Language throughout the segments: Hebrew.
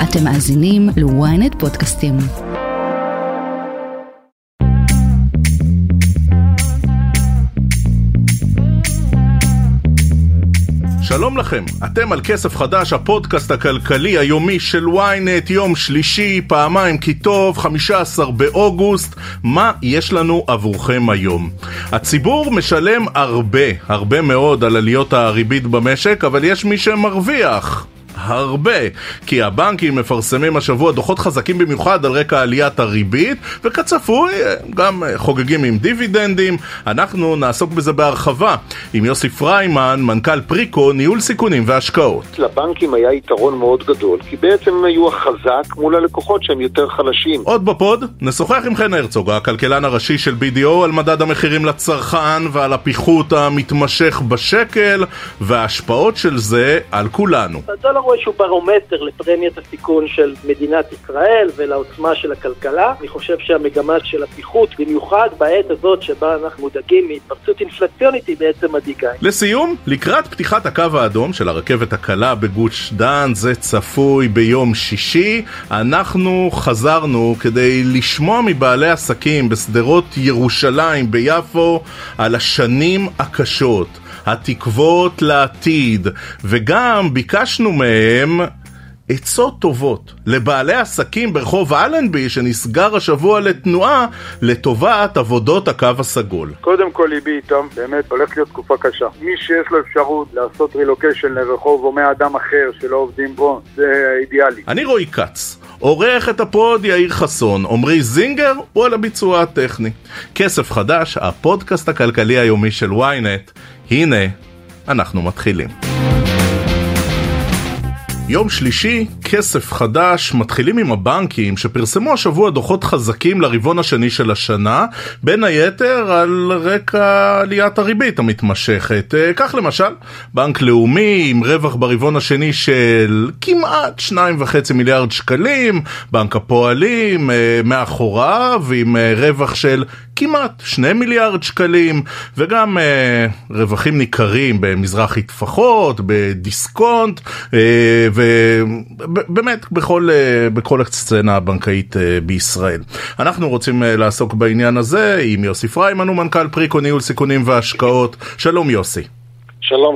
אתם מאזינים ל-ynet פודקאסטים. שלום לכם, אתם על כסף חדש, הפודקאסט הכלכלי היומי של ynet, יום שלישי, פעמיים כי טוב, 15 באוגוסט. מה יש לנו עבורכם היום? הציבור משלם הרבה מאוד על עליות הריבית במשק, אבל יש מי שמרוויח הרבה, כי הבנקים מפרסמים השבוע דוחות חזקים במיוחד על רקע עליית הריבית, וכצפוי גם חוגגים עם דיבידנדים. אנחנו נעסוק בזה בהרחבה עם יוסי פריימן, מנכ"ל פריקו, ניהול סיכונים והשקעות. לבנקים היה יתרון מאוד גדול, כי בעצם הם היו החזק מול הלקוחות שהם יותר חלשים. עוד בפוד נשוחח עם חן הרצוג, הכלכלן הראשי של BDO, על מדד המחירים לצרכן ועל הפיחות המתמשך בשקל וההשפעות של זה על כולנו. הדולר הוא איזשהו ברומטר לפרמיית הסיכון של מדינת ישראל ולעוצמה של הכלכלה. אני חושב שהמגמה של הפיחות, במיוחד בעת הזאת שבה אנחנו מודאגים מהתפרצות אינפלציונית, היא בעצם מדאיגה. לסיום, לקראת פתיחת הקו האדום של הרכבת הקלה בגוש דן, זה צפוי ביום שישי, אנחנו חזרנו כדי לשמוע מבעלי עסקים בסדרות ירושלים ביפו על השנים הקשות, התקוות לעתיד, וגם ביקשנו מהם עצות טובות לבעלי עסקים ברחוב אלנבי שנסגר השבוע לתנועה לטובת עבודות הקו הסגול. קודם כל ליבי איתם, באמת הולך להיות תקופה קשה. מי שיש לו אפשרות לעשות רילוקיישן לרחוב או מאדם אחר שלא עובדים בו, זה אידיאלי. אני רועי קץ, עורך את הפוד יאיר חסון, עמרי זינגר הוא על הביצוע הטכני. כסף חדש, הפודקאסט הכלכלי היומי של ynet. הנה, אנחנו מתחילים. יום שלישי, כסף חדש, מתחילים עם הבנקים שפרסמו השבוע דוחות חזקים לרבעון השני של השנה, בין היתר על רקע עליית הריבית המתמשכת. כך למשל, בנק לאומי עם רווח ברבעון השני של כמעט 2.5 מיליארד שקלים, בנק הפועלים מאחוריו עם רווח של כמעט 2 מיליארד שקלים, וגם רווחים ניכרים במזרחי טפחות, בדיסקונט, ובאמת בכל הסצנה הבנקאית בישראל. אנחנו רוצים לעסוק בעניין הזה עם יוסי פריימן, הוא מנכ"ל פריקו, ניהול סיכונים והשקעות. שלום יוסי. שלום.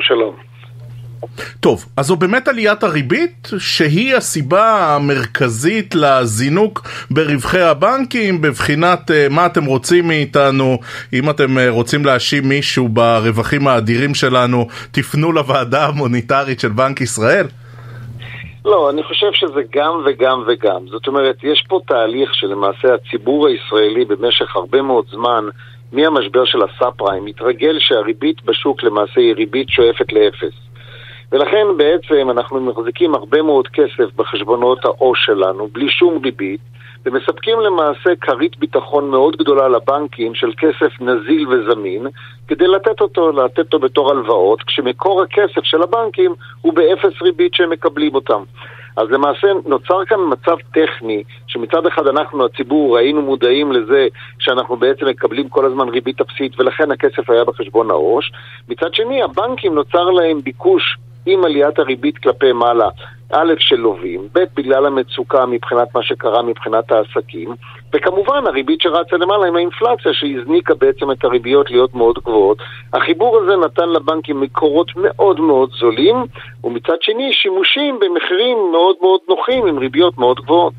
טוב, אז זו באמת עליית הריבית שהיא הסיבה המרכזית לזינוק ברווחי הבנקים, בבחינת מה אתם רוצים מאיתנו. אם אתם רוצים להאשים מישהו ברווחים האדירים שלנו, תפנו לוועדה המוניטרית של בנק ישראל. לא, אני חושב שזה גם וגם. זאת אומרת, יש פה תהליך שלמעשה הציבור הישראלי במשך הרבה מאוד זמן, מהמשבר של הסאב-פריים, מתרגל שהריבית בשוק למעשה היא ריבית שואפת לאפס. ולכן בעצם אנחנו מחזיקים הרבה מאוד כסף בחשבונות העו"ש שלנו, בלי שום ריבית, ומספקים למעשה כרית ביטחון מאוד גדולה לבנקים של כסף נזיל וזמין, כדי לתת אותו בתור הלוואות, כשמקור הכסף של הבנקים הוא באפס ריבית שהם מקבלים אותם. אז למעשה נוצר כאן מצב טכני, שמצד אחד אנחנו, הציבור, היינו מודעים לזה שאנחנו בעצם מקבלים כל הזמן ריבית אפסית, ולכן הכסף היה בחשבון העו"ש. מצד שני, הבנקים נוצר להם ביקוש עם עליית הריבית כלפי מעלה, א' של לווים, ב' בגלל המצוקה מבחינת מה שקרה מבחינת העסקים, וכמובן הריבית שרצה למעלה עם האינפלציה שהזניקה בעצם את הריביות להיות מאוד גבוהות. החיבור הזה נתן לבנקים מקורות מאוד מאוד זולים, ומצד שני שימושים במחירים מאוד מאוד נוחים עם ריביות מאוד גבוהות.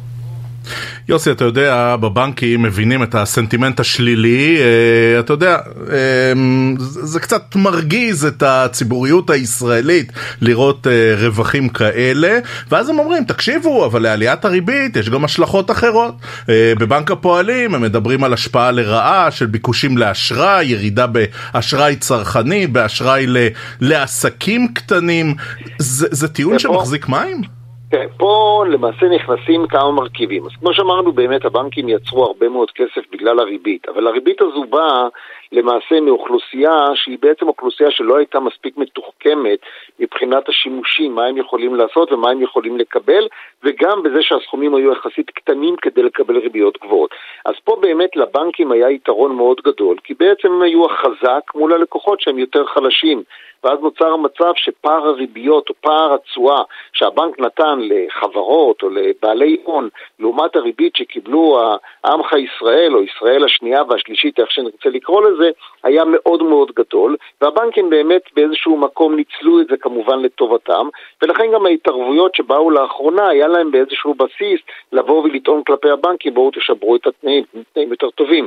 יוסי, אתה יודע, בבנקים מבינים את הסנטימנט השלילי, אתה יודע, זה קצת מרגיז את הציבוריות הישראלית לראות רווחים כאלה, ואז הם אומרים, תקשיבו, אבל לעליית הריבית יש גם השלכות אחרות. בבנק הפועלים הם מדברים על השפעה לרעה של ביקושים לאשראי, ירידה באשראי צרכני, באשראי לעסקים קטנים. זה טיעון שמחזיק מים? כן, פה למעשה נכנסים כמה מרכיבים. אז כמו שאמרנו, באמת הבנקים יצרו הרבה מאוד כסף בגלל הריבית, אבל הריבית הזו באה למעשה מאוכלוסייה שהיא בעצם אוכלוסייה שלא הייתה מספיק מתוחכמת מבחינת השימושים, מה הם יכולים לעשות ומה הם יכולים לקבל, וגם בזה שהסכומים היו יחסית קטנים כדי לקבל ריביות גבוהות. אז פה באמת לבנקים היה יתרון מאוד גדול, כי בעצם הם היו החזק מול הלקוחות שהם יותר חלשים, ואז נוצר המצב שפער הריביות או פער התשואה שהבנק נתן לחברות או לבעלי הון, לעומת הריבית שקיבלו העמך ישראל או ישראל השנייה והשלישית, איך שנרצה לקרוא לזה, היה מאוד מאוד גדול, והבנקים באמת באיזשהו מקום ניצלו את זה כמובן לטובתם, ולכן גם ההתערבויות שבאו לאחרונה, היה להם באיזשהו בסיס לבוא ולטעון כלפי הבנקים, בואו תשברו את התנאים, תנאים יותר טובים.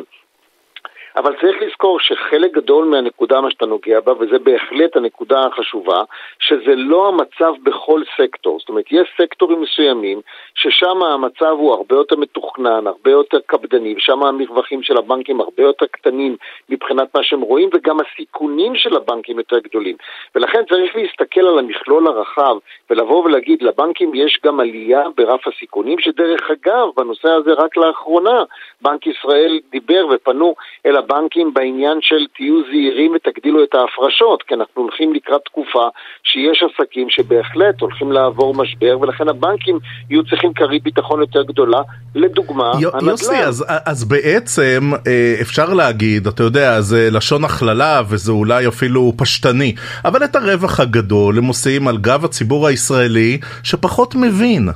אבל צריך לזכור שחלק גדול מהנקודה מה שאתה נוגע בה, וזה בהחלט הנקודה החשובה, שזה לא המצב בכל סקטור. זאת אומרת, יש סקטורים מסוימים ששם המצב הוא הרבה יותר מתוכנן, הרבה יותר קפדני, ושם המרווחים של הבנקים הרבה יותר קטנים מבחינת מה שהם רואים, וגם הסיכונים של הבנקים יותר גדולים. ולכן צריך להסתכל על המכלול הרחב, ולבוא ולהגיד, לבנקים יש גם עלייה ברף הסיכונים, שדרך אגב, בנושא הזה רק לאחרונה, בנק ישראל דיבר ופנו אל הבנקים בעניין של תהיו זהירים ותגדילו את ההפרשות, כי אנחנו הולכים לקראת תקופה שיש עסקים שבהחלט הולכים לעבור משבר, ולכן הבנקים יהיו צריכים כרית ביטחון יותר גדולה, לדוגמה, הנדל"ן. יוסי, אז בעצם אפשר להגיד, אתה יודע, זה לשון הכללה וזה אולי אפילו פשטני, אבל את הרווח הגדול הם עושים על גב הציבור הישראלי שפחות מבין.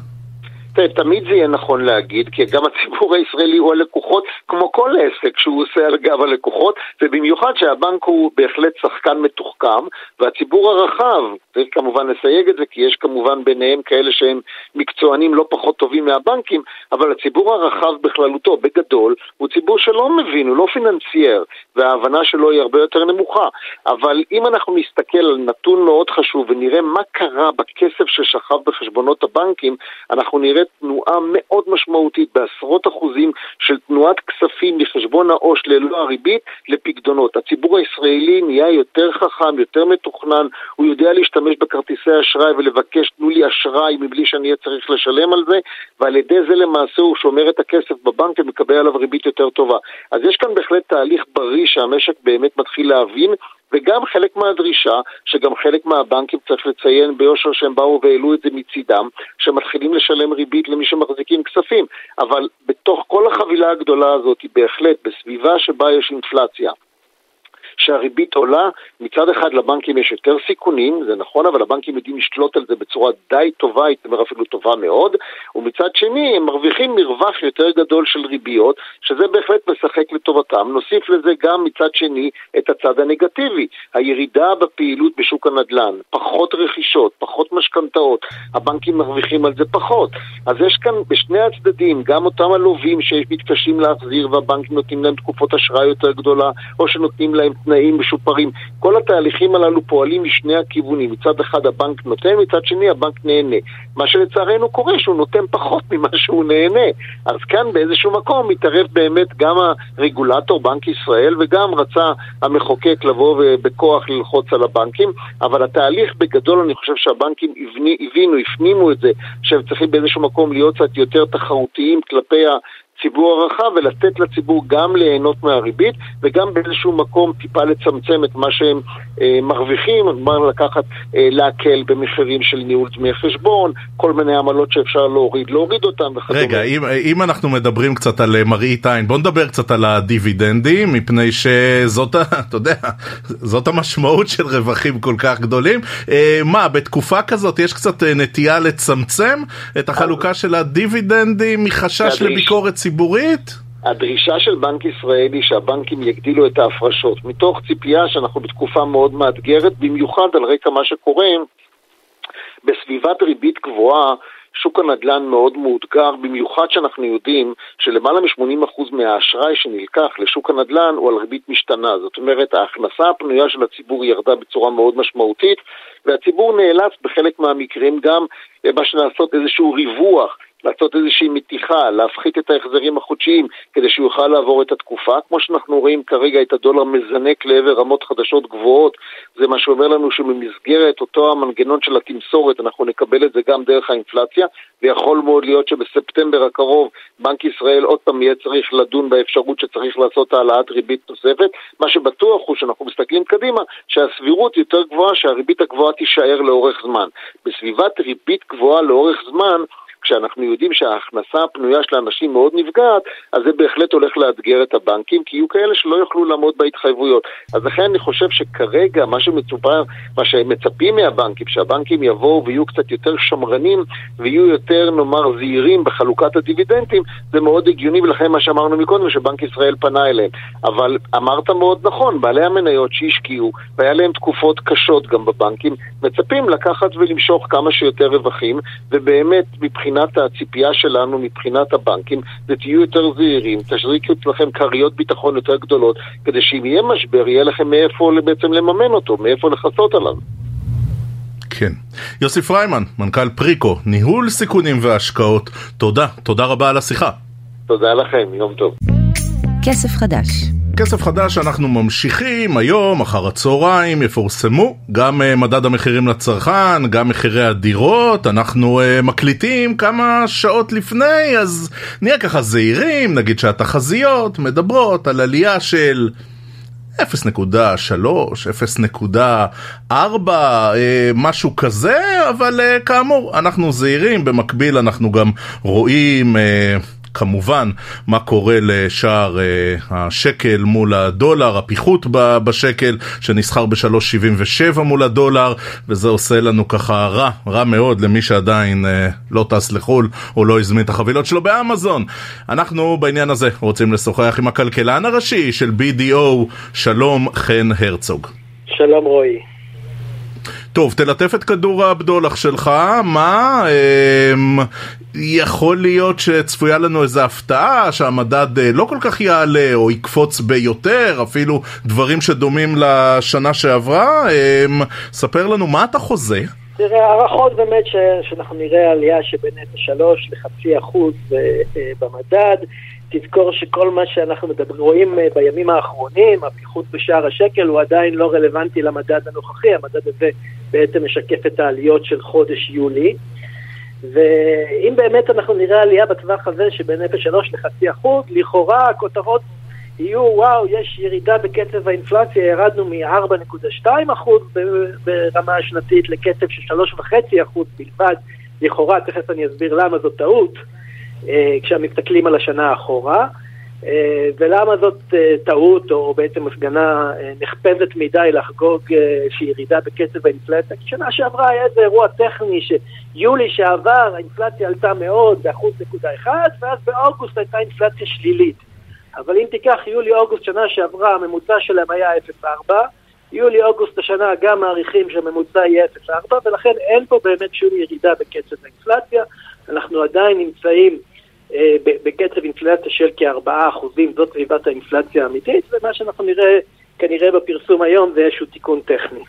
תמיד זה יהיה נכון להגיד, כי גם הציבור הישראלי הוא הלקוחות, כמו כל עסק שהוא עושה על גב הלקוחות, ובמיוחד שהבנק הוא בהחלט שחקן מתוחכם, והציבור הרחב, צריך כמובן לסייג את זה, כי יש כמובן ביניהם כאלה שהם מקצוענים לא פחות טובים מהבנקים, אבל הציבור הרחב בכללותו, בגדול, הוא ציבור שלא מבין, הוא לא פיננסייר, וההבנה שלו היא הרבה יותר נמוכה. אבל אם אנחנו נסתכל על נתון מאוד חשוב, ונראה מה קרה בכסף ששכב בחשבונות הבנקים, אנחנו נראה תנועה מאוד משמעותית בעשרות אחוזים של תנועת כספים מחשבון העו"ש ללא הריבית לפקדונות. הציבור הישראלי נהיה יותר חכם, יותר מתוכנן, הוא יודע להשתמש בכרטיסי אשראי ולבקש תנו לי אשראי מבלי שאני אהיה צריך לשלם על זה, ועל ידי זה למעשה הוא שומר את הכסף בבנק ומקבל עליו ריבית יותר טובה. אז יש כאן בהחלט תהליך בריא שהמשק באמת מתחיל להבין, וגם חלק מהדרישה, שגם חלק מהבנקים צריך לציין ביושר שהם באו והעלו את זה מצידם, שמתחילים לשלם ריבית למי שמחזיקים כספים. אבל בתוך כל החבילה הגדולה הזאת, בהחלט בסביבה שבה יש אינפלציה, שהריבית עולה, מצד אחד לבנקים יש יותר סיכונים, זה נכון, אבל הבנקים יודעים לשלוט על זה בצורה די טובה, הייתי אומר אפילו טובה מאוד, ומצד שני הם מרוויחים מרווח יותר גדול של ריביות, שזה בהחלט משחק לטובתם. נוסיף לזה גם מצד שני את הצד הנגטיבי, הירידה בפעילות בשוק הנדל"ן, פחות רכישות, פחות משכנתאות, הבנקים מרוויחים על זה פחות. אז יש כאן בשני הצדדים, גם אותם הלווים שמתקשים להחזיר, והבנקים נותנים להם תקופות אשראי יותר גדולה, או שנותנים להם תנאים משופרים. כל התהליכים הללו פועלים משני הכיוונים. מצד אחד הבנק נותן, מצד שני הבנק נהנה. מה שלצערנו קורה שהוא נותן פחות ממה שהוא נהנה. אז כאן באיזשהו מקום מתערב באמת גם הרגולטור בנק ישראל, וגם רצה המחוקק לבוא ובכוח ללחוץ על הבנקים, אבל התהליך בגדול אני חושב שהבנקים הפנימו את זה, שהם צריכים באיזשהו מקום להיות קצת יותר תחרותיים כלפי ציבור הרחב, ולתת לציבור גם ליהנות מהריבית, וגם באיזשהו מקום טיפה לצמצם את מה שהם מרוויחים, כלומר לקחת, להקל במחירים של ניהול דמי חשבון, כל מיני עמלות שאפשר להוריד אותם וכדומה. רגע, אם אנחנו מדברים קצת על מראית עין, בוא נדבר קצת על הדיבידנדים, מפני שזאת, אתה יודע, זאת המשמעות של רווחים כל כך גדולים. מה, בתקופה כזאת יש קצת נטייה לצמצם את החלוקה של הדיבידנדים מחשש לביקורת ציבורית? הדרישה של בנק ישראל היא שהבנקים יגדילו את ההפרשות, מתוך ציפייה שאנחנו בתקופה מאוד מאתגרת, במיוחד על רקע מה שקורה בסביבת ריבית גבוהה, שוק הנדל"ן מאוד מאותגר, במיוחד שאנחנו יודעים שלמעלה מ-80% מהאשראי שנלקח לשוק הנדל"ן הוא על ריבית משתנה. זאת אומרת, ההכנסה הפנויה של הציבור ירדה בצורה מאוד משמעותית, והציבור נאלץ בחלק מהמקרים גם לעשות איזשהו ריווח, לעשות איזושהי מתיחה, להפחית את ההחזרים החודשיים כדי שהוא יוכל לעבור את התקופה. כמו שאנחנו רואים כרגע את הדולר מזנק לעבר רמות חדשות גבוהות, זה מה שאומר לנו שבמסגרת אותו המנגנון של התמסורת אנחנו נקבל את זה גם דרך האינפלציה, ויכול מאוד להיות שבספטמבר הקרוב בנק ישראל עוד פעם יהיה צריך לדון באפשרות שצריך לעשות העלאת ריבית נוספת. מה שבטוח הוא שאנחנו מסתכלים קדימה שהסבירות יותר גבוהה שהריבית הגבוהה תישאר לאורך זמן. בסביבת ריבית גבוהה לאורך זמן כשאנחנו יודעים שההכנסה הפנויה של האנשים מאוד נפגעת, אז זה בהחלט הולך לאתגר את הבנקים, כי יהיו כאלה שלא יוכלו לעמוד בהתחייבויות. אז לכן אני חושב שכרגע מה שמצפים מהבנקים, שהבנקים יבואו ויהיו קצת יותר שמרנים, ויהיו יותר, נאמר, זהירים בחלוקת הדיבידנדים, זה מאוד הגיוני, ולכן מה שאמרנו מקודם, שבנק ישראל פנה אליהם. אבל אמרת מאוד נכון, בעלי המניות שהשקיעו, והיה להם תקופות קשות גם בבנקים, מצפים לקחת ולמשוך כמה שיותר רווחים, ובאמת מבחינת הציפייה שלנו, מבחינת הבנקים, זה תהיו יותר זהירים, תשריקו אצלכם קריות ביטחון יותר גדולות, כדי שאם יהיה משבר, יהיה לכם מאיפה בעצם לממן אותו, מאיפה לחסות עליו. כן. יוסי פריימן, מנכ"ל פריקו, ניהול סיכונים והשקעות. תודה רבה על השיחה. תודה לכם, יום טוב. כסף חדש. כסף חדש, אנחנו ממשיכים היום, אחר הצהריים, יפורסמו גם מדד המחירים לצרכן, גם מחירי הדירות, אנחנו מקליטים כמה שעות לפני, אז נהיה ככה זהירים, נגיד שהתחזיות מדברות על עלייה של 0.3, 0.4, משהו כזה, אבל כאמור, אנחנו זהירים, במקביל אנחנו גם רואים כמובן מה קורה לשער השקל מול הדולר, הפיחות בשקל שנסחר ב-3.77 מול הדולר, וזה עושה לנו ככה רע מאוד למי שעדיין לא טס לחול או לא הזמין את החבילות שלו באמזון. אנחנו בעניין הזה רוצים לשוחח עם הכלכלן הראשי של BDO, שלום חן הרצוג. שלום רועי. טוב, תלטף את כדור הבדולח שלך, מה? יכול להיות שצפויה לנו איזו הפתעה, שהמדד לא כל כך יעלה, או יקפוץ ביותר, אפילו דברים שדומים לשנה שעברה. ספר לנו, מה אתה חוזה? תראה, הערכות באמת שאנחנו נראה עלייה שבין 0.3 ל0.5% במדד. תזכור שכל מה שאנחנו רואים בימים האחרונים, הפיחות בשער השקל, הוא עדיין לא רלוונטי למדד הנוכחי. המדד הזה בעצם משקף את העליות של חודש יולי. ואם באמת אנחנו נראה עלייה בטווח הזה שבין 0.3 ל0.5%, לכאורה הכותרות יהיו, וואו, יש ירידה בקצב האינפלציה, ירדנו מ-4.2% ברמה השנתית לקצב של 3.5% בלבד. לכאורה, תכף אני אסביר למה זאת טעות. כשמסתכלים על השנה האחורה, ולמה זאת טעות או בעצם הפגנה נחפזת מדי לחגוג שירידה בקצב האינפלציה. כי שנה שעברה היה איזה אירוע טכני שיולי שעבר האינפלציה עלתה מאוד ב1.1%, ואז באוגוסט הייתה אינפלציה שלילית. אבל אם תיקח יולי-אוגוסט שנה שעברה, הממוצע שלהם היה 0.4, יולי-אוגוסט השנה גם מעריכים שהממוצע יהיה 0.4, ולכן אין פה באמת שום ירידה בקצב האינפלציה. אנחנו עדיין נמצאים בקצב אינפלציה של כ4%, זאת סביבת האינפלציה האמיתית, ומה שאנחנו נראה כנראה בפרסום היום זה איזשהו תיקון טכני.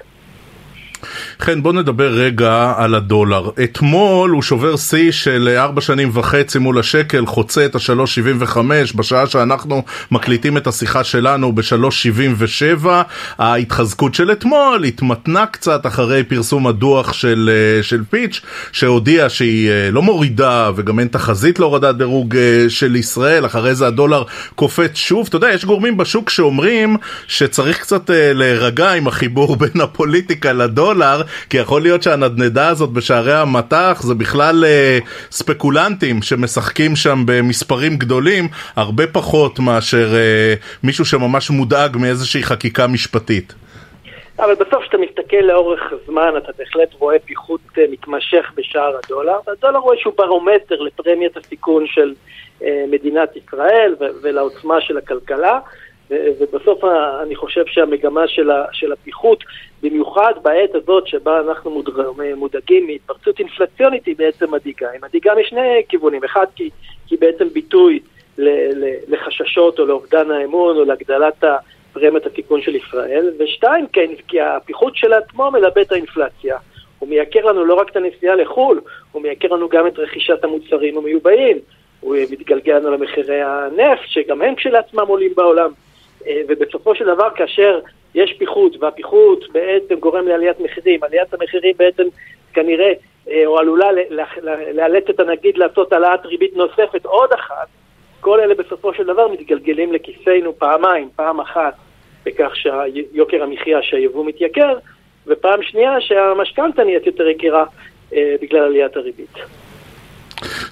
כן, בוא נדבר רגע על הדולר. אתמול הוא שובר שיא של 4.5 שנים מול השקל, חוצה את ה-3.75, בשעה שאנחנו מקליטים את השיחה שלנו ב-3.77. ההתחזקות של אתמול התמתנה קצת אחרי פרסום הדוח של פיץ', שהודיע שהיא לא מורידה, וגם אין תחזית להורדת דירוג של ישראל. אחרי זה הדולר קופץ שוב. אתה יודע, יש גורמים בשוק שאומרים שצריך קצת להירגע עם החיבור בין הפוליטיקה לדולר, כי יכול להיות שהנדנדה הזאת בשערי המטח זה בכלל ספקולנטים שמשחקים שם במספרים גדולים, הרבה פחות מאשר מישהו שממש מודאג מאיזושהי חקיקה משפטית. אבל בסוף שאתה מסתכל לאורך זמן, אתה בהחלט רואה פיחות מתמשך בשער הדולר, והדולר רואה שהוא ברומטר לפרמיית הסיכון של מדינת ישראל ולעוצמה של הכלכלה, ובסוף אני חושב שהמגמה של הפיחות, במיוחד בעת הזאת שבה אנחנו מודאגים מהתפרצות אינפלציונית, היא בעצם מדאיגה. היא מדאיגה משני כיוונים. אחד, כי בעצם ביטוי לחששות או לאובדן האמון או להגדלת פרמיית הסיכון של ישראל. ושתיים, כן, כי הפיחות של עצמו מלבה את האינפלציה. הוא מייקר לנו לא רק את הנסיעה לחול, הוא מייקר לנו גם את רכישת המוצרים המיובאים. הוא מתגלגל לנו למחירי הנפט, שגם הם כשלעצמם עולים בעולם. ובסופו של דבר, כאשר יש פיחות, והפיחות בעצם גורם לעליית מחירים, עליית המחירים בעצם כנראה, או עלולה לאלץ את הנגיד לעשות העלאת ריבית נוספת עוד אחת, כל אלה בסופו של דבר מתגלגלים לכיסנו פעמיים, פעם אחת בכך שיוקר המחיה שהיבוא מתייקר, ופעם שנייה שהמשכנתא נהיית יותר יקרה בגלל עליית הריבית.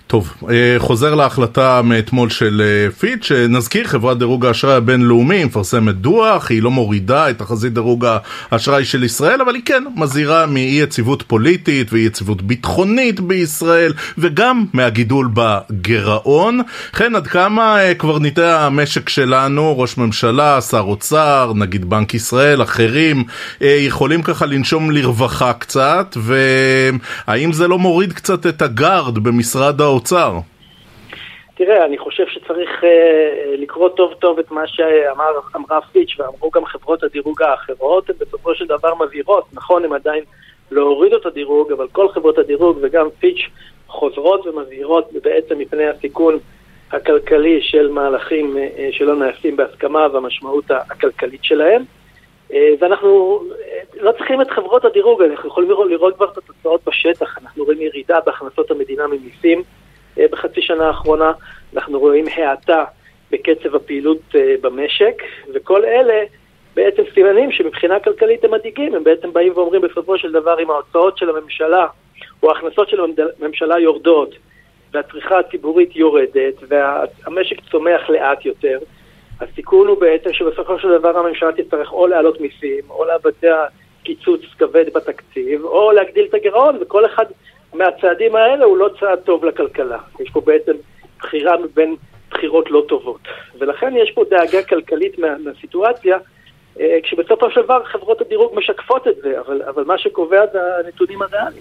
טוב, חוזר להחלטה מאתמול של פיץ', נזכיר, חברת דירוג האשראי הבינלאומי מפרסמת דוח, היא לא מורידה את תחזית דירוג האשראי של ישראל, אבל היא כן מזהירה מאי יציבות פוליטית ואי יציבות ביטחונית בישראל, וגם מהגידול בגירעון. כן, עד כמה קברניטי המשק שלנו, ראש ממשלה, שר אוצר, נגיד בנק ישראל, אחרים, יכולים ככה לנשום לרווחה קצת, והאם זה לא מוריד קצת את הגארד במשרד האוצר? תראה, אני חושב שצריך לקרוא טוב טוב את מה שאמרה פיץ' ואמרו גם חברות הדירוג האחרות. הן בסופו של דבר מבהירות, נכון, הם עדיין לא הורידו את הדירוג, אבל כל חברות הדירוג וגם פיץ' חוזרות ומבהירות בעצם מפני הסיכון הכלכלי של מהלכים שלא נעשים בהסכמה והמשמעות הכלכלית שלהם. ואנחנו לא צריכים את חברות הדירוג, אנחנו יכולים לראות כבר את התוצאות בשטח. אנחנו רואים ירידה בהכנסות המדינה ממיסים בחצי שנה האחרונה, אנחנו רואים האטה בקצב הפעילות במשק, וכל אלה בעצם סימנים שמבחינה כלכלית הם מדאיגים. הם בעצם באים ואומרים בסופו של דבר, אם ההוצאות של הממשלה או ההכנסות של הממשלה יורדות והצריכה הציבורית יורדת והמשק צומח לאט יותר, הסיכון הוא בעצם שבסופו של דבר הממשלה תצטרך או להעלות מיסים, או לבצע קיצוץ כבד בתקציב, או להגדיל את הגירעון, וכל אחד מהצעדים האלה הוא לא צעד טוב לכלכלה. יש פה בעצם בחירה מבין בחירות לא טובות. ולכן יש פה דאגה כלכלית מהסיטואציה, כשבסופו של דבר חברות הדירוג משקפות את זה, אבל מה שקובע זה הנתונים הריאליים.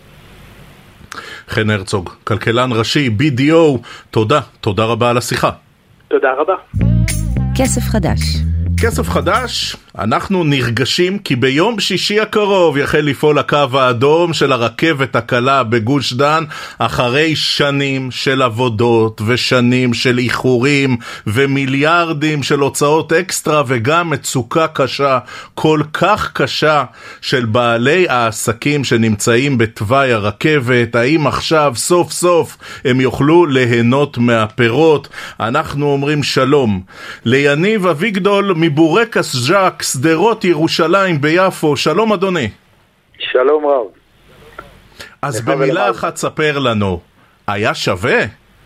חן הרצוג, כלכלן ראשי, BDO, תודה רבה על השיחה. תודה רבה. כסף חדש. כסף חדש, אנחנו נרגשים כי ביום שישי הקרוב יחל לפעול הקו האדום של הרכבת הקלה בגוש דן, אחרי שנים של עבודות ושנים של איחורים ומיליארדים של הוצאות אקסטרה, וגם מצוקה קשה, כל כך קשה, של בעלי העסקים שנמצאים בתוואי הרכבת. האם עכשיו סוף סוף הם יוכלו ליהנות מהפירות? אנחנו אומרים שלום ליניב אביגדול מבורקס ז'ק, סדרות ירושלים ביפו. שלום אדוני. שלום רב. אז במילה אחת ספר לנו, היה שווה?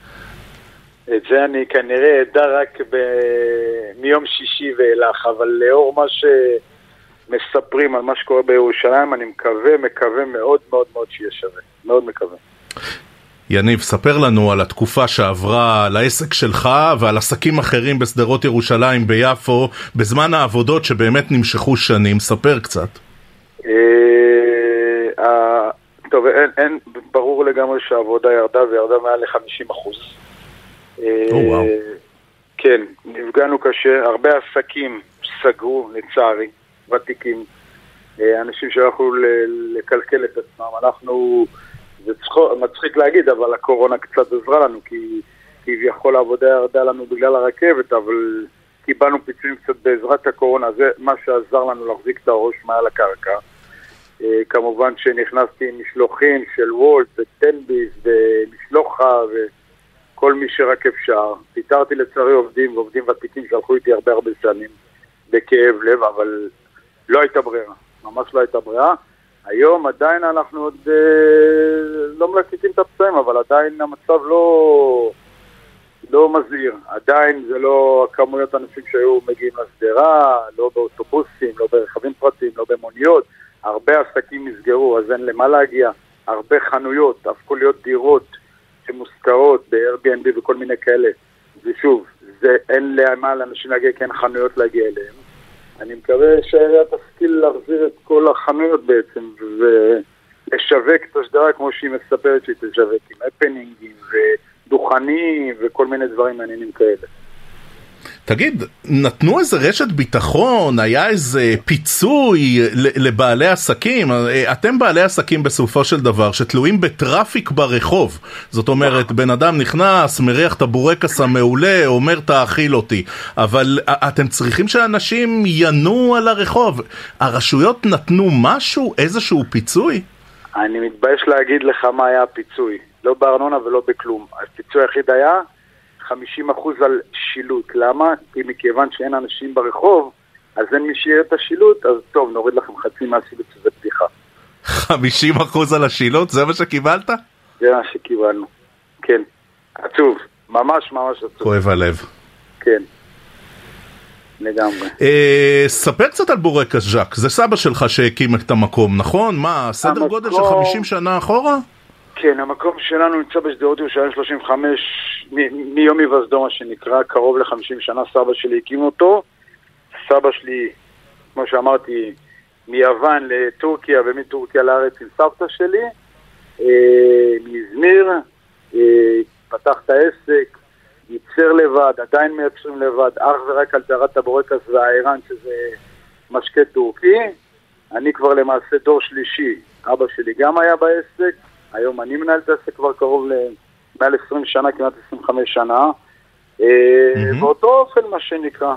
את זה אני כנראה אדע רק מיום שישי ואילך, אבל לאור מה שמספרים על מה שקורה בירושלים, אני מקווה מאוד מאוד מאוד שיהיה שווה. מאוד מקווה. יניב, ספר לנו על התקופה שעברה, על העסק שלך ועל עסקים אחרים בסדרות ירושלים ביפו, בזמן העבודות שבאמת נמשכו שנים. ספר קצת. טוב, אין, ברור לגמרי שהעבודה ירדה וירדה מעל ל-50%. וואו. כן, נפגענו קשה, הרבה עסקים סגרו, לצערי, ותיקים, אנשים שיכולו לקלקל את עצמם. אנחנו... זה מצחיק להגיד, אבל הקורונה קצת עזרה לנו, כי כביכול העבודה ירדה לנו בגלל הרכבת, אבל קיבלנו פיצויים קצת בעזרת הקורונה. זה מה שעזר לנו להחזיק את הראש מעל הקרקע. כמובן שנכנסתי עם משלוחים של וולט וטנביס ומשלוחה וכל מי שרק אפשר. פיתרתי לצערי עובדים ועובדים ותיקים שהלכו איתי הרבה שנים בכאב לב, אבל לא הייתה ברירה, ממש לא הייתה ברירה. היום עדיין אנחנו עוד לא מלקיטים את הפצעים, אבל עדיין המצב לא מזהיר. עדיין זה לא כמויות אנשים שהיו מגיעים לסדרה, לא באוטובוסים, לא ברכבים פרטיים, לא במוניות. הרבה עסקים נסגרו, אז אין למה להגיע. הרבה חנויות, הפכו להיות דירות שמושכרות ב-Airbnb וכל מיני כאלה. ושוב, זה אין למה לאנשים להגיע, כי אין חנויות להגיע אליהם. אני מקווה שהעירייה תשכיל להחזיר את כל החנויות בעצם, ולשווק את השדרה כמו שהיא מספרת שהיא תשווק, עם הפנינגים ודוכנים וכל מיני דברים מעניינים כאלה. תגיד, נתנו איזה רשת ביטחון, היה איזה פיצוי לבעלי עסקים? אתם בעלי עסקים בסופו של דבר שתלויים בטראפיק ברחוב. זאת אומרת, בן אדם נכנס, מריח את הבורקס המעולה, אומר תאכיל אותי. אבל אתם צריכים שאנשים ינו על הרחוב. הרשויות נתנו משהו, איזשהו פיצוי? אני מתבייש להגיד לך מה היה הפיצוי. לא בארנונה ולא בכלום. הפיצוי היחיד היה 50% על שילוט. למה? כי מכיוון שאין אנשים ברחוב, אז אין מי שיהיה את השילוט, אז טוב, נוריד לכם חצי מהשילוט, שזה פתיחה. 50% על השילוט? זה מה שקיבלת? זה מה שקיבלנו, כן. עצוב, ממש ממש עצוב. כואב הלב. כן, לגמרי. ספר קצת על בורקס ז'אק, זה סבא שלך שהקים את המקום, נכון? מה, סדר גודל של 50 שנה אחורה? כן, המקום שלנו נמצא בשדרות ירושלים 35, מיום היווסדו מה שנקרא, קרוב ל-50 שנה, סבא שלי הקים אותו. סבא שלי, כמו שאמרתי, מיוון לטורקיה ומטורקיה לארץ עם סבתא שלי, מאזמיר, פתח את העסק, ייצר לבד, עדיין מייצרים לבד, אך ורק על טהרת הבורקס והאיראן, שזה משקה טורקי. אני כבר למעשה דור שלישי, אבא שלי גם היה בעסק, היום אני מנהל את העסק כבר קרוב למעל 20 שנה, כמעט 25 שנה. באותו אופן מה שנקרא.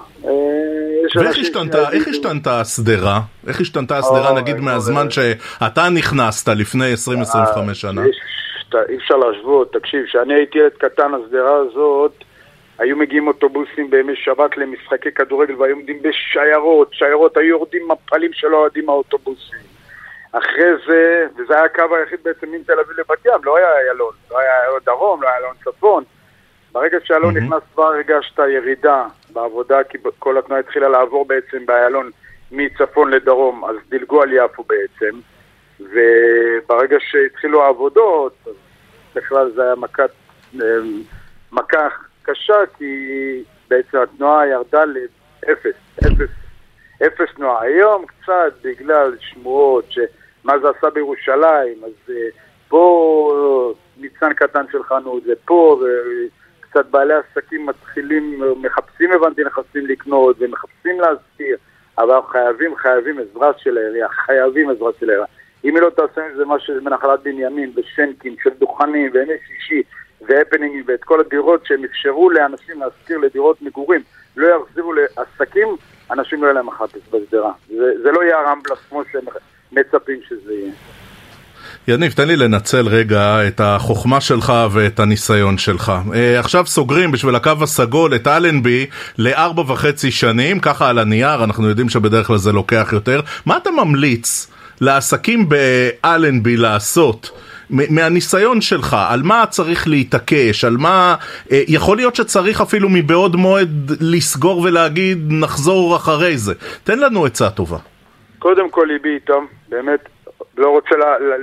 ואיך השתנתה הסדרה? איך השתנתה הסדרה נגיד מהזמן שאתה נכנסת לפני 20-25 שנה? אי אפשר להשוות, תקשיב, שאני הייתי ילד קטן, הסדרה הזאת, היו מגיעים אוטובוסים בימי שבת למשחקי כדורגל והיו עומדים בשיירות, היו יורדים מפלים שלא אוהדים האוטובוסים. אחרי זה, וזה היה הקו היחיד בעצם מן תל אביב לבת ים, לא היה איילון, לא היה דרום, לא היה איילון צפון. ברגע שאיילון נכנס כבר הרגשת ירידה בעבודה, כי כל התנועה התחילה לעבור בעצם באיילון מצפון לדרום, אז דילגו על יפו בעצם, וברגע שהתחילו העבודות, אז בכלל זה היה מכה קשה, כי בעצם התנועה ירדה אפס תנועה. היום קצת בגלל שמועות שמה זה עשה בירושלים, אז פה ניצן קטן של חנות, זה פה, וקצת בעלי עסקים מחפשים נכסים לקנות ומחפשים להזכיר, אבל אנחנו חייבים עזרה של העירייה, אם היא לא תעשה זה משהו בנחלת בנימין, בשנקים, של דוכנים, וימי שישי, והפנינגים, ואת כל הדירות שהם אפשרו לאנשים להזכיר לדירות מגורים, לא יחזירו לעסקים, אנשים לא יהיה להם אחת בסדרה. זה לא יהיה הרמבלס כמו שהם מצפים שזה יהיה. יניב, תן לי לנצל רגע את החוכמה שלך ואת הניסיון שלך. עכשיו סוגרים בשביל הקו הסגול את אלנבי ל4.5 שנים, ככה על הנייר, אנחנו יודעים שבדרך כלל זה לוקח יותר. מה אתה ממליץ לעסקים באלנבי לעשות מהניסיון שלך? על מה צריך להתעקש? על מה יכול להיות שצריך אפילו מבעוד מועד לסגור ולהגיד נחזור אחרי זה? תן לנו עצה טובה. קודם כל ליבי איתם, באמת לא רוצה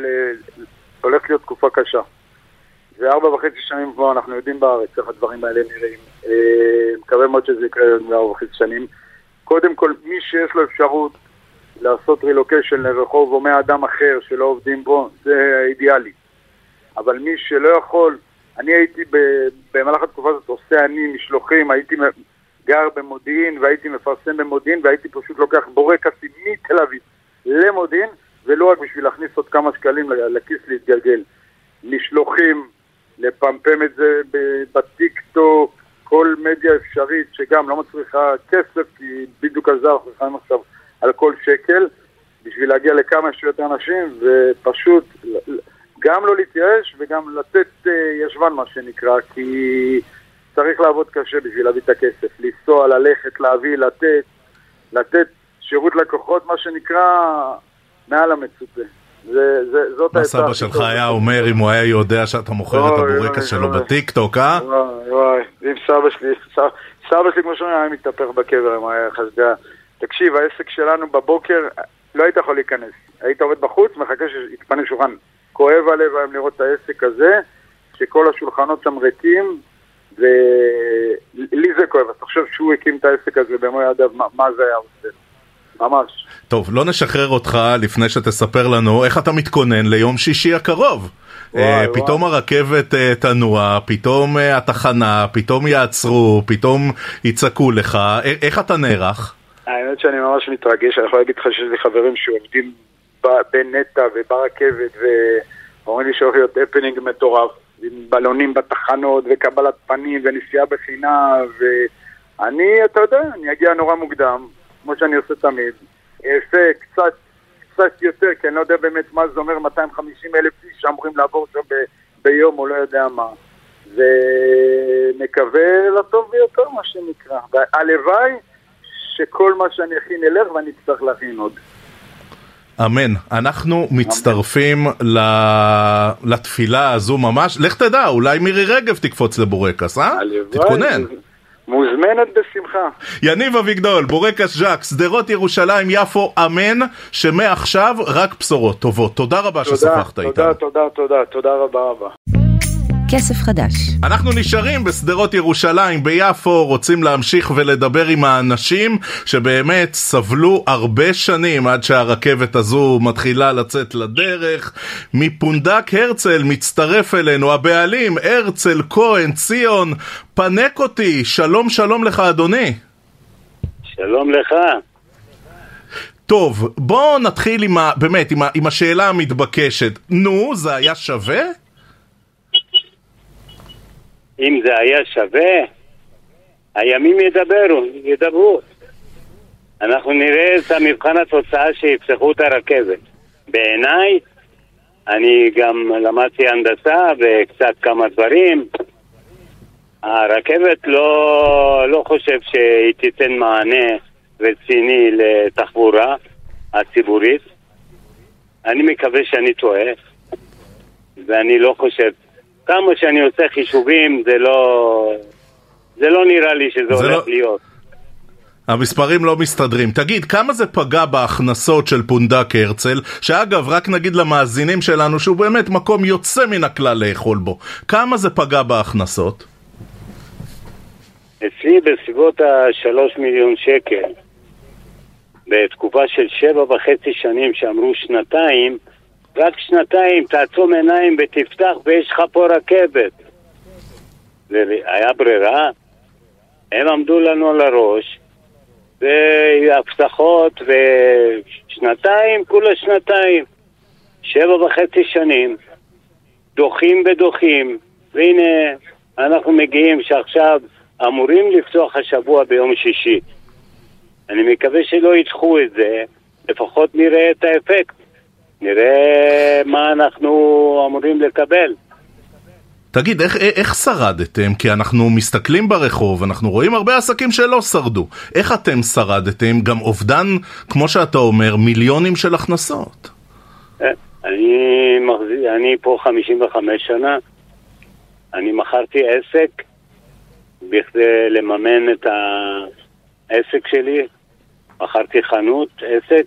הולך להיות תקופה קשה. זה 4.5 שנים כבר, אנחנו יודעים בארץ איך הדברים האלה נראים. מקווה מאוד שזה יקרה 4.5 שנים. קודם כל, מי שיש לו אפשרות לעשות רילוקיישן לרחוב או מאדם אחר שלא עובדים בו, זה אידיאלי. אבל מי שלא יכול, אני הייתי במהלך התקופה הזאת עושה משלוחים, הייתי גר במודיעין והייתי מפרסם במודיעין והייתי פשוט לוקח בורקסים מתל אביב למודיעין, ולא רק בשביל להכניס עוד כמה שקלים לכיס להתגלגל. משלוחים, לפמפם את זה בטיקטוק, כל מדיה אפשרית שגם לא מצריכה כסף, כי בדיוק על זה אנחנו חיים עכשיו על כל שקל, בשביל להגיע לכמה שיותר אנשים, ופשוט גם לא להתייאש וגם לתת ישבן מה שנקרא, כי צריך לעבוד קשה בשביל להביא את הכסף, לנסוע, ללכת, להביא, לתת שירות לקוחות מה שנקרא מעל המצופה. זאת מה סבא שלך היה אומר אם הוא היה יודע שאתה מוכר את הבורקס שלו בטיקטוק, אה? וואי, עם סבא שלי כמו שאומרים היה מתהפך בקבר, אם היה חסדה. תקשיב, העסק שלנו בבוקר לא היית יכול להיכנס, היית עובד בחוץ, מחכה שיתפנה שולחן. כואב הלב היום לראות את העסק הזה, שכל השולחנות שם ריקים, ולי זה כואב. אז תחשוב שהוא הקים את העסק הזה במו ידיו, מה זה היה עושה? ממש. טוב, לא נשחרר אותך לפני שתספר לנו איך אתה מתכונן ליום שישי הקרוב. פתאום הרכבת תנוע, פתאום התחנה, פתאום יעצרו, פתאום יצעקו לך. איך אתה נערך? האמת שאני ממש מתרגש, אני יכול להגיד לך שיש לי חברים שעובדים בנטה וברכבת, ואומרים לי שהולך להיות הפנינג מטורף, עם בלונים בתחנות וקבלת פנים ונסיעה בחינה, ואני, אתה יודע, אני אגיע נורא מוקדם, כמו שאני עושה תמיד, אעשה קצת יותר, כי אני לא יודע באמת מה זה אומר 250,000 איש שאמורים לעבור שם ביום או לא יודע מה, ונקווה לטוב ביותר מה שנקרא, והלוואי שכל מה שאני הכין ילך ואני אצטרך להכין עוד. אמן. אנחנו מצטרפים לתפילה הזו ממש. לך תדע, אולי מירי רגב תקפוץ לבורקס, תתכונן. מוזמנת בשמחה. יניב אביגדול, בורקס ז'ק, שדרות ירושלים, יפו, אמן, שמעכשיו רק בשורות טובות. תודה רבה ששוחחת איתנו. תודה רבה. כסף חדש. אנחנו נשארים בשדרות ירושלים ביפו, רוצים להמשיך ולדבר עם האנשים שבאמת סבלו הרבה שנים עד שהרכבת הזו מתחילה לצאת לדרך. מפונדק הרצל מצטרף אלינו הבעלים הרצל כהן ציון, פנק אותי. שלום לך אדוני. שלום לך. טוב, בואו נתחיל עם השאלה המתבקשת. נו, זה היה שווה? אם זה היה שווה, הימים ידברו. אנחנו נראה את המבחן התוצאה שיפתחו את הרכבת. בעיניי, אני גם למדתי הנדסה וקצת כמה דברים. הרכבת לא חושב שהיא תיתן מענה רציני לתחבורה הציבורית. אני מקווה שאני טועה, ואני לא חושב, כמה שאני עושה חישובים, זה לא נראה לי שזה הולך להיות. המספרים לא מסתדרים. תגיד, כמה זה פגע בהכנסות של פונדק הרצל, שאגב, רק נגיד למאזינים שלנו, שהוא באמת מקום יוצא מן הכלל לאכול בו. כמה זה פגע בהכנסות? אצלי בסביבות 3 מיליון שקל. בתקופה של 7.5 שנים שאמרו שנתיים, רק שנתיים, תעצום עיניים ותפתח ויש לך פה רכבת. היה ברירה, הם עמדו לנו על הראש, והבטחות, ושנתיים, כולה שנתיים, 7.5 שנים, דוחים ודוחים, והנה אנחנו מגיעים שעכשיו אמורים לפתוח השבוע ביום שישי. אני מקווה שלא ידחו את זה, לפחות נראה את האפקט. נראה מה אנחנו אמורים לקבל. תגיד, איך שרדתם? כי אנחנו מסתכלים ברחוב, אנחנו רואים הרבה עסקים שלא שרדו. איך אתם שרדתם? גם אובדן, כמו שאתה אומר, מיליונים של הכנסות. אני פה 55 שנה. אני מכרתי עסק בכדי לממן את העסק שלי. מכרתי חנות, עסק,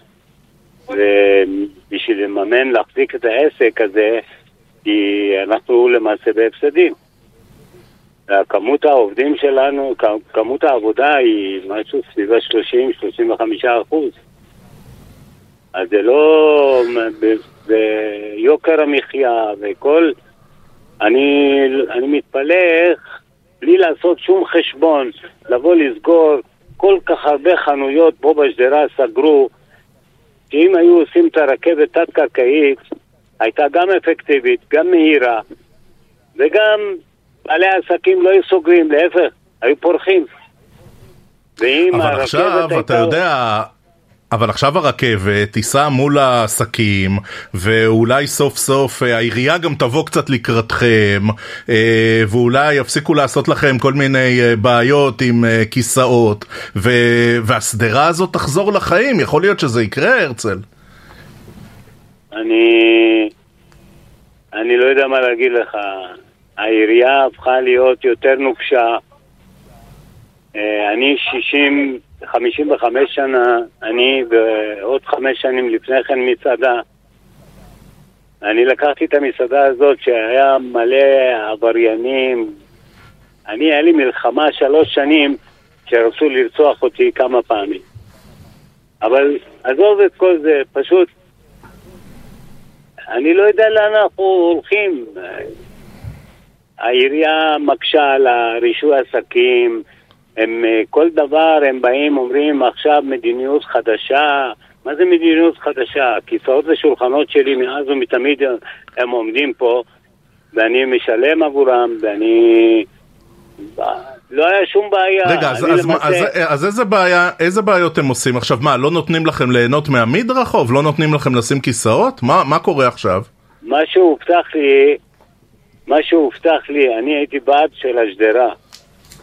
ובשביל לממן, להחזיק את העסק הזה, כי אנחנו למעשה בהפסדים. כמות העובדים שלנו, כמות העבודה היא משהו סביבה 30-35%. אז זה לא ביוקר המחיה וכל... אני מתפלא איך, בלי לעשות שום חשבון, לבוא לסגור כל כך הרבה חנויות פה בשדרה סגרו, שאם היו עושים את הרכבת תת-קרקעית, הייתה גם אפקטיבית, גם מהירה, וגם בעלי העסקים לא היו סוגרים, להפך, היו פורחים. אבל עכשיו, אתה יודע, אבל עכשיו הרכבת תיסע מול העסקים, ואולי סוף סוף העירייה גם תבוא קצת לקראתכם, ואולי יפסיקו לעשות לכם כל מיני בעיות עם כיסאות, והסדרה הזאת תחזור לחיים. יכול להיות שזה יקרה, הרצל? אני לא יודע מה להגיד לך. העירייה הפכה להיות יותר נוקשה. אני 55 שנה, אני ועוד 5 שנים לפני כן מסעדה. אני לקחתי את המסעדה הזאת שהיה מלא עבריינים. היה לי מלחמה 3 שנים שרצו לרצוח אותי כמה פעמים. אבל עזוב את כל זה, פשוט אני לא יודע לאן אנחנו הולכים. העירייה מקשה על רישוי עסקים, כל דבר הם באים אומרים עכשיו מדיניות חדשה. מה זה מדיניות חדשה? כיסאות ושולחנות שלי מאז ומתמיד הם עומדים פה ואני משלם עבורם ואני... לא היה שום בעיה. רגע, אז איזה בעיות הם עושים? עכשיו מה, לא נותנים לכם ליהנות מהמדרחוב? לא נותנים לכם לשים כיסאות? מה קורה עכשיו? מה שהובטח לי, אני הייתי בעד של השדרה.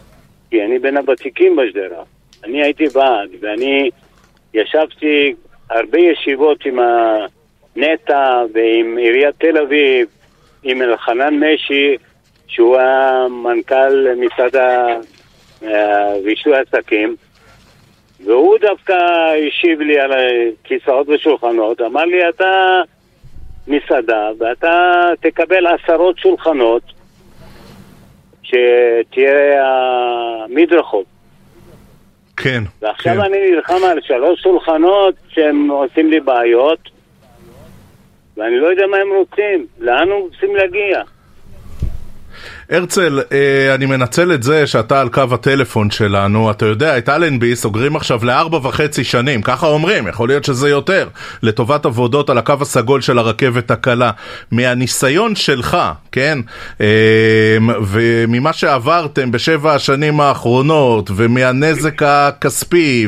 כי אני בין הוותיקים בשדרה. אני הייתי בעד, ואני ישבתי הרבה ישיבות עם הנטע ועם עיריית תל אביב, עם אלחנן משי, שהוא המנכ"ל משרד רישוי עסקים, והוא דווקא השיב לי על כיסאות ושולחנות, אמר לי, אתה מסעדה ואתה תקבל 10 שולחנות שתהיה המדרכות. כן. ועכשיו כן. אני נלחם על 3 שולחנות שהם עושים לי בעיות, ואני לא יודע מה הם רוצים, לאן הם רוצים להגיע. הרצל, אני מנצל את זה שאתה על קו הטלפון שלנו. אתה יודע, את אלנבי סוגרים עכשיו ל4.5 שנים, ככה אומרים, יכול להיות שזה יותר, לטובת עבודות על הקו הסגול של הרכבת הקלה. מהניסיון שלך, כן, וממה שעברתם ב7 השנים האחרונות, ומהנזק הכספי,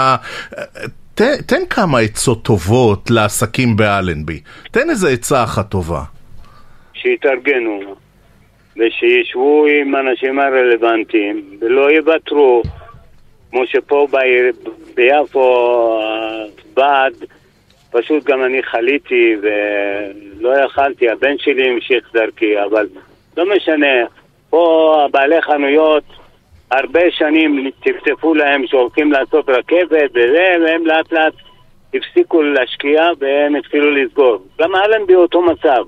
תן כמה עצות טובות לעסקים באלנבי. תן איזה עצה אחת טובה. שיתארגנו ושישבו עם האנשים הרלוונטיים ולא יוותרו, כמו שפה ביפו בעד, פשוט גם אני חליתי ולא יכלתי, הבן שלי המשיך דרכי, אבל לא משנה, פה בעלי חנויות הרבה שנים טפטפו להם שהולכים לעשות רכבת והם לאט לאט הפסיקו להשקיע והם התחילו לסגור. גם אלנבי באותו מצב.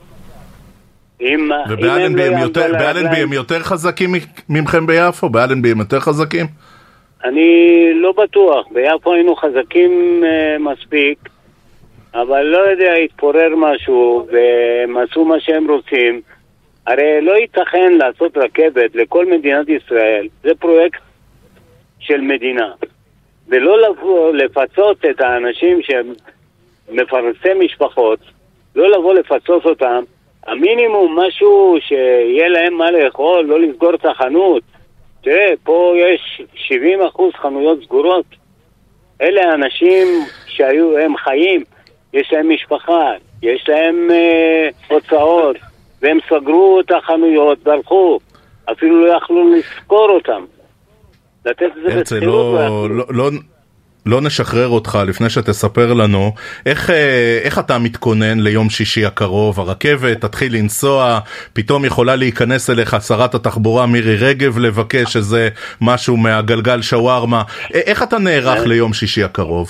ובאלנבי הם יותר חזקים ממכם ביפו? באלנבי הם יותר חזקים? אני לא בטוח. ביפו היינו חזקים מספיק, אבל לא יודע, התפורר משהו והם עשו מה שהם רוצים. הרי לא ייתכן לעשות רכבת לכל מדינת ישראל. זה פרויקט של מדינה. ולא לפצות את האנשים שמפרנסי משפחות, לא לבוא לפצות אותם. המינימום משהו שיהיה להם מה לאכול, לא לסגור את החנות. תראה, פה יש 70% חנויות סגורות. אלה האנשים הם חיים, יש להם משפחה, יש להם הוצאות, והם סגרו את החנויות והלכו. אפילו לא יכלו לזכור אותם. לתת את זה בצפירות. לא נשחרר אותך לפני שתספר לנו איך אתה מתכונן ליום שישי הקרוב. הרכבת תתחיל לנסוע, פתאום יכולה להיכנס אליך שרת התחבורה מירי רגב לבקש איזה משהו מהגלגל שווארמה. איך אתה נערך ליום שישי הקרוב?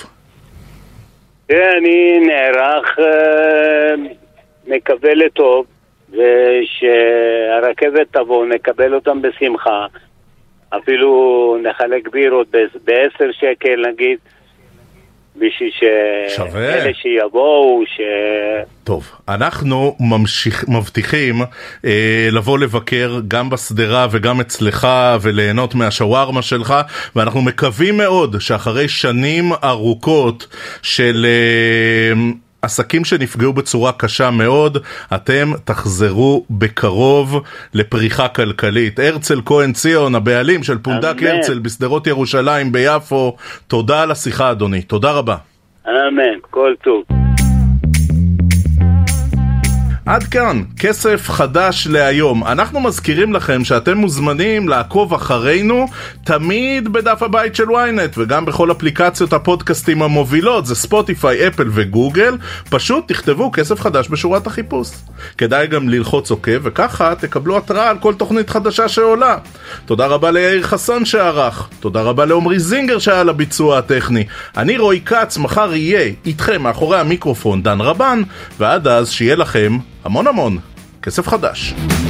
אני נערך, מקווה לטוב, ושהרכבת תבוא, נקבל אותם בשמחה. אפילו נחלק בירות ב10 שקל נגיד, בשביל שאלה שיבואו טוב, אנחנו מבטיחים לבוא לבקר גם בסדרה וגם אצלך וליהנות מהשווארמה שלך, ואנחנו מקווים מאוד שאחרי שנים ארוכות של עסקים שנפגעו בצורה קשה מאוד, אתם תחזרו בקרוב לפריחה כלכלית. הרצל כהן ציון, הבעלים של פונדק הרצל בסדרות ירושלים ביפו, תודה על השיחה אדוני, תודה רבה. אמן, כל טוב. עד כאן, כסף חדש להיום. אנחנו מזכירים לכם שאתם מוזמנים לעקוב אחרינו תמיד בדף הבית של ynet, וגם בכל אפליקציות הפודקאסטים המובילות, זה ספוטיפיי, אפל וגוגל. פשוט תכתבו כסף חדש בשורת החיפוש. כדאי גם ללחוץ עוקב, וככה תקבלו התראה על כל תוכנית חדשה שעולה. תודה רבה ליאיר חסון שערך, תודה רבה לעומרי זינגר שהיה לביצוע הטכני. אני רועי קץ, מחר יהיה איתכם מאחורי המיקרופון דן רבן, ועד אז שיהיה לכם המון כסף חדש.